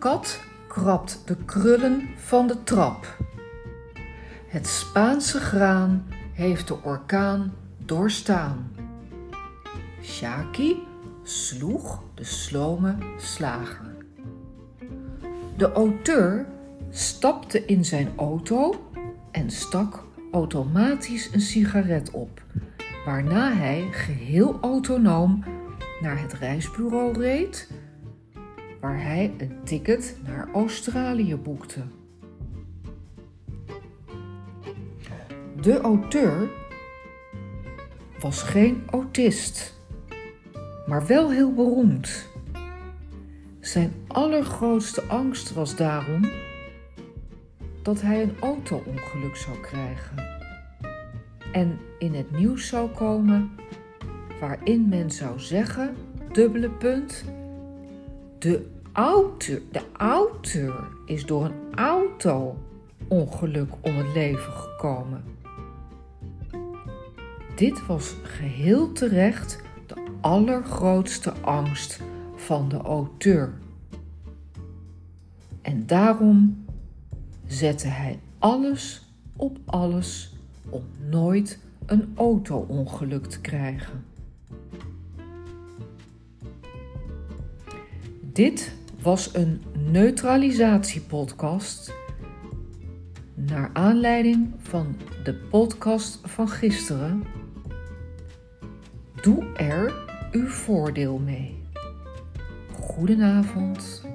kat krabt de krullen van de trap. Het Spaanse graan heeft de orkaan doorstaan. Sjaki sloeg de slome slager. De auteur stapte in zijn auto en stak automatisch een sigaret op, waarna hij geheel autonoom naar het reisbureau reed, waar hij een ticket naar Australië boekte. De auteur was geen autist, maar wel heel beroemd. Zijn allergrootste angst was daarom dat hij een auto-ongeluk zou krijgen en in het nieuws zou komen waarin men zou zeggen, de auteur is door een auto-ongeluk om het leven gekomen. Dit was geheel terecht de allergrootste angst van de auteur. En daarom zette hij alles op alles om nooit een auto-ongeluk te krijgen. Dit was een neutralisatiepodcast naar aanleiding van de podcast van gisteren. Doe er uw voordeel mee. Goedenavond.